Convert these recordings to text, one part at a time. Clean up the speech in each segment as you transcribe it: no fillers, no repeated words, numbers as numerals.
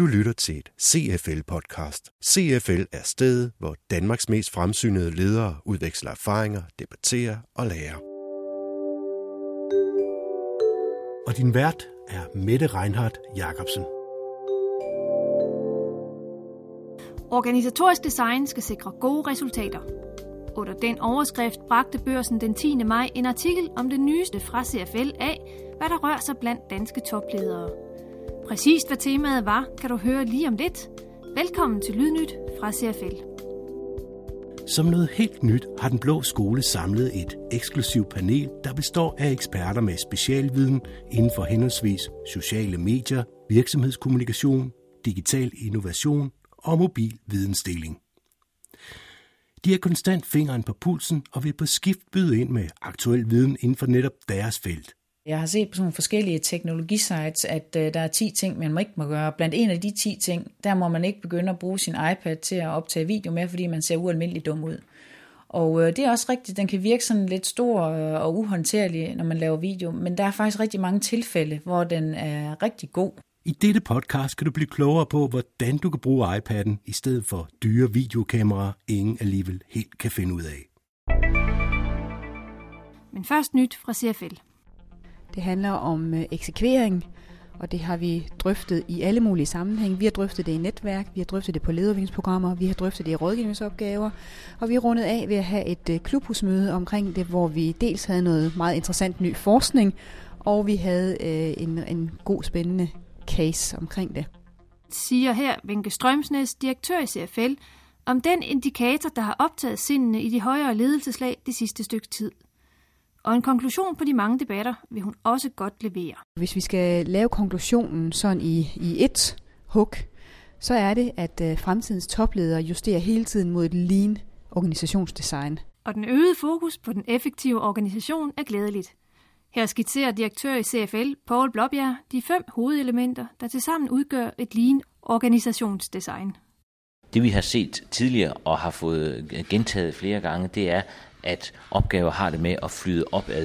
Du lytter til et CFL-podcast. CFL er stedet, hvor Danmarks mest fremsynede ledere udveksler erfaringer, debatterer og lærer. Og din vært er Mette Reinhardt Jacobsen. Organisatorisk design skal sikre gode resultater. Under den overskrift bragte Børsen den 10. maj en artikel om det nyeste fra CFL af, hvad der rører sig blandt danske topledere. Præcist hvad temaet var, kan du høre lige om lidt. Velkommen til Lydnyt fra CFL. Som noget helt nyt har Den Blå Skole samlet et eksklusivt panel, der består af eksperter med specialviden inden for henholdsvis sociale medier, virksomhedskommunikation, digital innovation og mobil vidensdeling. De har konstant fingeren på pulsen og vil på skift byde ind med aktuel viden inden for netop deres felt. Jeg har set på sådan nogle forskellige teknologisites, at der er 10 ting, man ikke må gøre. Blandt en af de 10 ting, der må man ikke begynde at bruge sin iPad til at optage video med, fordi man ser ualmindeligt dum ud. Og det er også rigtigt, den kan virke sådan lidt stor og uhåndterlig, når man laver video, men der er faktisk rigtig mange tilfælde, hvor den er rigtig god. I dette podcast kan du blive klogere på, hvordan du kan bruge iPad'en i stedet for dyre videokameraer, ingen alligevel helt kan finde ud af. Men først nyt fra CFL. Det handler om eksekvering, og det har vi drøftet i alle mulige sammenhænge. Vi har drøftet det i netværk, vi har drøftet det på lederudviklingsprogrammer, vi har drøftet det i rådgivningsopgaver, og vi har rundet af ved at have et klubhusmøde omkring det, hvor vi dels havde noget meget interessant ny forskning, og vi havde en god spændende case omkring det. Siger her Wenche Strømsnes, direktør i CFL, om den indikator, der har optaget sindene i de højere ledelseslag det sidste stykke tid. Og en konklusion på de mange debatter vil hun også godt levere. Hvis vi skal lave konklusionen sådan i et hug, så er det, at fremtidens topledere justerer hele tiden mod et lean organisationsdesign. Og den øgede fokus på den effektive organisation er glædeligt. Her skitserer direktør i CFL, Poul Blåbjerg, de 5 hovedelementer, der tilsammen udgør et lean organisationsdesign. Det vi har set tidligere og har fået gentaget flere gange, det er, at opgaver har det med at flyde opad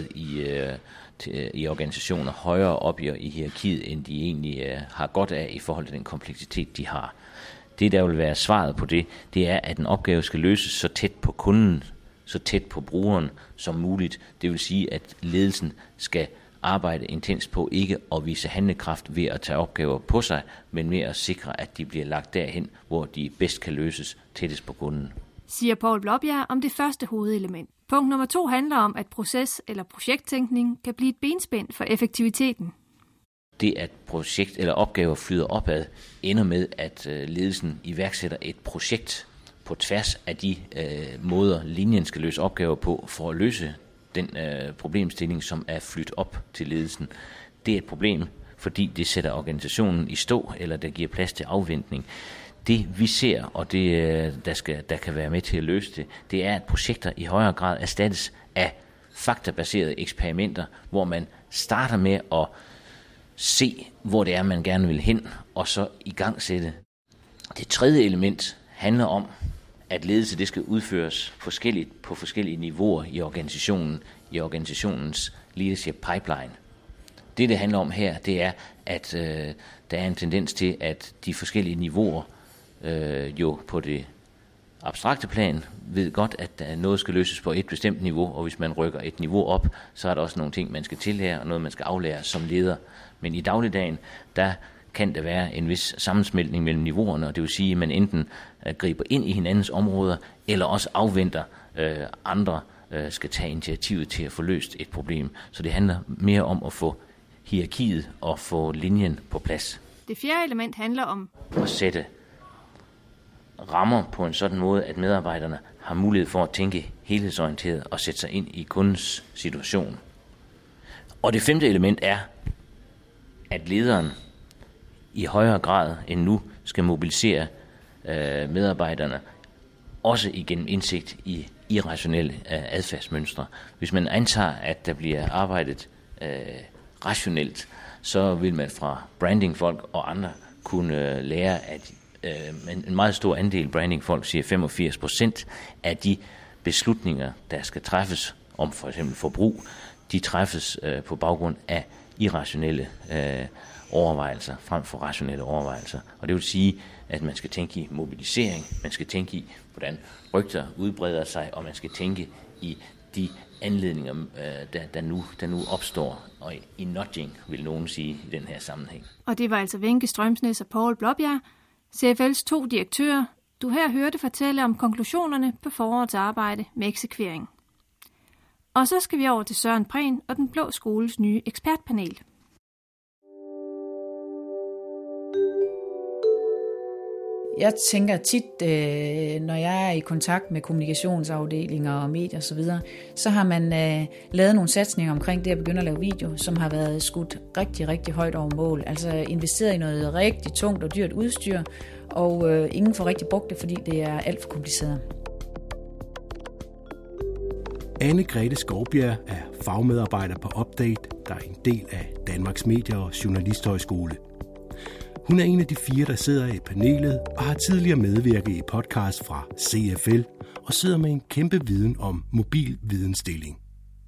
i organisationer, højere op i hierarkiet, end de egentlig har godt af i forhold til den kompleksitet, de har. Det, der vil være svaret på det er, at en opgave skal løses så tæt på kunden, så tæt på brugeren som muligt. Det vil sige, at ledelsen skal arbejde intens på ikke at vise handlekraft ved at tage opgaver på sig, men med at sikre, at de bliver lagt derhen, hvor de bedst kan løses tættest på kunden. Siger Poul Blåbjerg om det første hovedelement. Punkt nummer 2 handler om, at proces- eller projekttænkning kan blive et benspænd for effektiviteten. Det, at projekt eller opgaver flyder opad, ender med, at ledelsen iværksætter et projekt på tværs af de måder, linjen skal løse opgaver på, for at løse den problemstilling, som er flyttet op til ledelsen. Det er et problem, fordi det sætter organisationen i stå, eller der giver plads til afventning. Det vi ser, og det der kan være med til at løse det er, at projekter i højere grad erstattes af faktabaserede eksperimenter, hvor man starter med at se, hvor det er, man gerne vil hen, og så igangsætte. Det tredje element handler om, at ledelse det skal udføres forskelligt på forskellige niveauer i organisationens leadership pipeline. Det handler om her, det er, at der er en tendens til, at de forskellige niveauer jo på det abstrakte plan ved godt, at noget skal løses på et bestemt niveau, og hvis man rykker et niveau op, så er der også nogle ting, man skal tillære, og noget, man skal aflære som leder. Men i dagligdagen, der kan der være en vis sammensmeltning mellem niveauerne, og det vil sige, at man enten griber ind i hinandens områder, eller også afventer andre skal tage initiativet til at få løst et problem. Så det handler mere om at få hierarkiet og få linjen på plads. Det fjerde element handler om at sætte rammer på en sådan måde, at medarbejderne har mulighed for at tænke helhedsorienteret og sætte sig ind i kundens situation. Og det femte element er, at lederen i højere grad end nu skal mobilisere medarbejderne, også igennem indsigt i irrationelle adfærdsmønstre. Hvis man antager, at der bliver arbejdet rationelt, så vil man fra brandingfolk og andre kunne lære, at en meget stor andel brandingfolk siger 85% af de beslutninger, der skal træffes om for eksempel forbrug, de træffes på baggrund af irrationelle overvejelser frem for rationelle overvejelser. Og det vil sige, at man skal tænke i mobilisering, man skal tænke i, hvordan rygter udbreder sig, og man skal tænke i de anledninger, der nu opstår, og i nudging, vil nogen sige i den her sammenhæng. Og det var altså Wenche Strømsnes og Poul Blåbjerg, CFL's 2 direktører, du her hørte fortælle om konklusionerne på forårets arbejde med eksekvering. Og så skal vi over til Søren Prehn og Den Blå Skoles nye ekspertpanel. Jeg tænker tit, når jeg er i kontakt med kommunikationsafdelinger og medier osv., så har man lavet nogle satsninger omkring det at begynde at lave video, som har været skudt rigtig, rigtig højt over mål. Altså investeret i noget rigtig tungt og dyrt udstyr, og ingen får rigtig brugt det, fordi det er alt for kompliceret. Anne-Grethe Skovbjerg er fagmedarbejder på Update, der er en del af Danmarks Medie- og Journalisthøjskole. Hun er en af de 4, der sidder i panelet og har tidligere medvirket i podcast fra CFL og sidder med en kæmpe viden om mobil vidensdeling.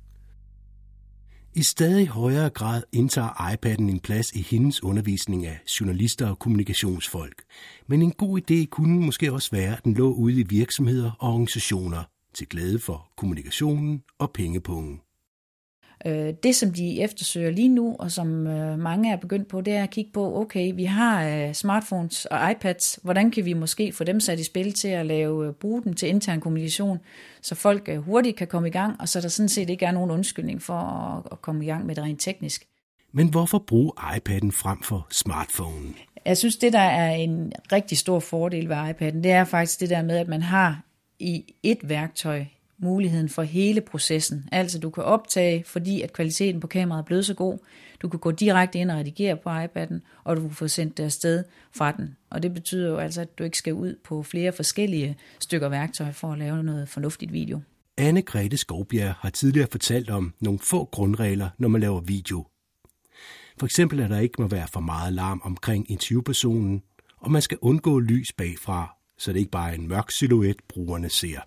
I stadig højere grad indtager iPad'en en plads i hendes undervisning af journalister og kommunikationsfolk. Men en god idé kunne måske også være, at den lå ude i virksomheder og organisationer til glæde for kommunikationen og pengepungen. Det, som de eftersøger lige nu, og som mange er begyndt på, det er at kigge på, okay, vi har smartphones og iPads, hvordan kan vi måske få dem sat i spil til at bruge dem til intern kommunikation, så folk hurtigt kan komme i gang, og så der sådan set ikke er nogen undskyldning for at komme i gang med det rent teknisk. Men hvorfor bruge iPad'en frem for smartphonen? Jeg synes, det der er en rigtig stor fordel ved iPad'en, det er faktisk det der med, at man har i et værktøj muligheden for hele processen. Altså du kan optage, fordi at kvaliteten på kameraet er blevet så god. Du kan gå direkte ind og redigere på iPad'en, og du kan få sendt det afsted fra den. Og det betyder jo altså, at du ikke skal ud på flere forskellige stykker værktøj for at lave noget fornuftigt video. Anne-Grethe Skovbjerg har tidligere fortalt om nogle få grundregler, når man laver video. For eksempel, at der ikke må være for meget larm omkring interviewpersonen, og man skal undgå lys bagfra, så det ikke bare er en mørk silhuet, brugerne ser.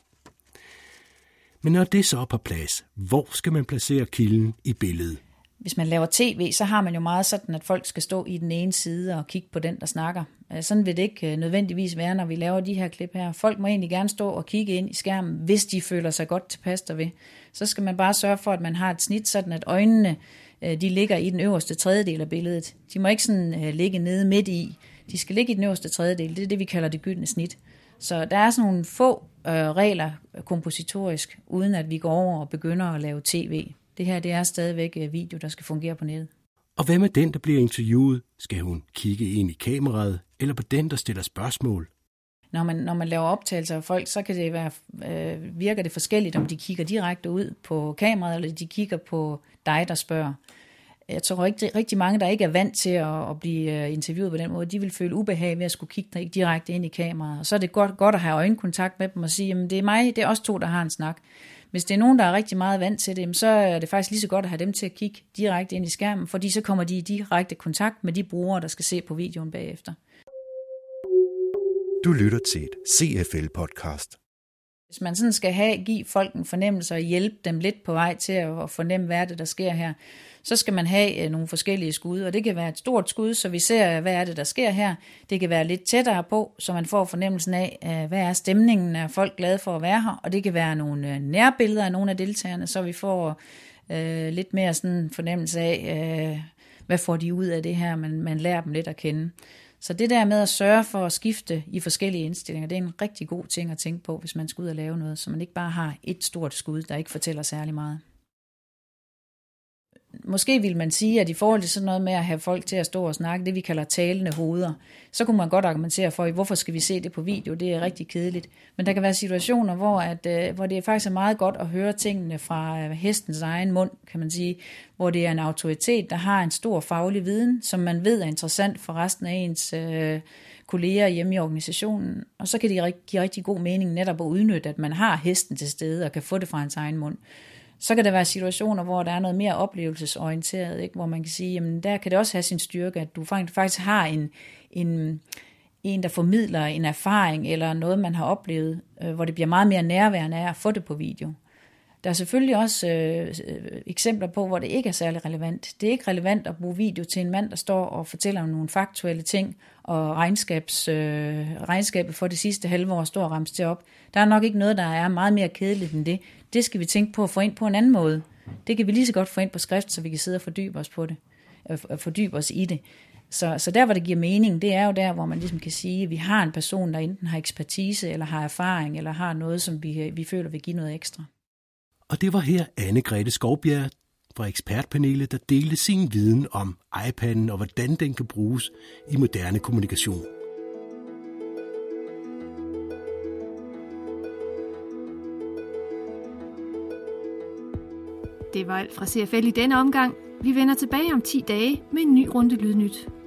Men når det så er på plads, hvor skal man placere kilden i billedet? Hvis man laver tv, så har man jo meget sådan, at folk skal stå i den ene side og kigge på den, der snakker. Sådan vil det ikke nødvendigvis være, når vi laver de her klip her. Folk må egentlig gerne stå og kigge ind i skærmen, hvis de føler sig godt tilpas derved. Så skal man bare sørge for, at man har et snit, sådan at øjnene de ligger i den øverste tredjedel af billedet. De må ikke sådan ligge nede midt i. De skal ligge i den øverste tredjedel. Det er det, vi kalder det gyldne snit. Så der er sådan nogle få regler kompositorisk, uden at vi går over og begynder at lave tv. Det her, det er stadigvæk video, der skal fungere på nettet. Og hvem er den, der bliver interviewet? Skal hun kigge ind i kameraet, eller på den, der stiller spørgsmål? Når man laver optagelser af folk, så kan det være, virker det forskelligt, om de kigger direkte ud på kameraet, eller de kigger på dig, der spørger. Jeg tror rigtig mange, der ikke er vant til at blive interviewet på den måde, de vil føle ubehag ved at skulle kigge direkte ind i kameraet. Og så er det godt at have øjenkontakt med dem og sige, jamen det er mig, det er os to, der har en snak. Hvis det er nogen, der er rigtig meget vant til det, så er det faktisk lige så godt at have dem til at kigge direkte ind i skærmen, fordi så kommer de i direkte kontakt med de brugere, der skal se på videoen bagefter. Du lytter til et CFL-podcast. Hvis man sådan skal give folk en fornemmelse og hjælpe dem lidt på vej til at fornemme, hvad det der sker her, så skal man have nogle forskellige skud, og det kan være et stort skud, så vi ser, hvad er det, der sker her. Det kan være lidt tættere på, så man får fornemmelsen af, hvad er stemningen, er folk glade for at være her, og det kan være nogle nærbilleder af nogle af deltagerne, så vi får lidt mere sådan fornemmelse af, hvad får de ud af det her, man lærer dem lidt at kende. Så det der med at sørge for at skifte i forskellige indstillinger, det er en rigtig god ting at tænke på, hvis man skal ud og lave noget, så man ikke bare har et stort skud, der ikke fortæller særlig meget. Måske vil man sige, at i forhold til sådan noget med at have folk til at stå og snakke, det vi kalder talende hoveder, så kunne man godt argumentere for, hvorfor skal vi se det på video, det er rigtig kedeligt. Men der kan være situationer, hvor det faktisk er meget godt at høre tingene fra hestens egen mund, kan man sige, hvor det er en autoritet, der har en stor faglig viden, som man ved er interessant for resten af ens kolleger hjemme i organisationen, og så kan det give rigtig god mening netop at udnytte, at man har hesten til stede og kan få det fra ens egen mund. Så kan der være situationer, hvor der er noget mere oplevelsesorienteret, ikke? Hvor man kan sige, jamen der kan det også have sin styrke, at du faktisk har en, der formidler en erfaring eller noget, man har oplevet, hvor det bliver meget mere nærværende af at få det på video. Der er selvfølgelig også eksempler på, hvor det ikke er særlig relevant. Det er ikke relevant at bruge video til en mand, der står og fortæller om nogle faktuelle ting, og regnskabet for det sidste halve år står og rammes det op. Der er nok ikke noget, der er meget mere kedeligt end det. Det skal vi tænke på at få ind på en anden måde. Det kan vi lige så godt få ind på skrift, så vi kan sidde og fordybe os i det. Så der, hvor det giver mening, det er jo der, hvor man ligesom kan sige, at vi har en person, der enten har ekspertise, eller har erfaring, eller har noget, som vi føler vil give noget ekstra. Og det var her Anne-Grethe Skovbjerg fra ekspertpanelet, der delte sin viden om iPad'en og hvordan den kan bruges i moderne kommunikation. Det var alt fra CFL i denne omgang. Vi vender tilbage om 10 dage med en ny runde Lydnyt.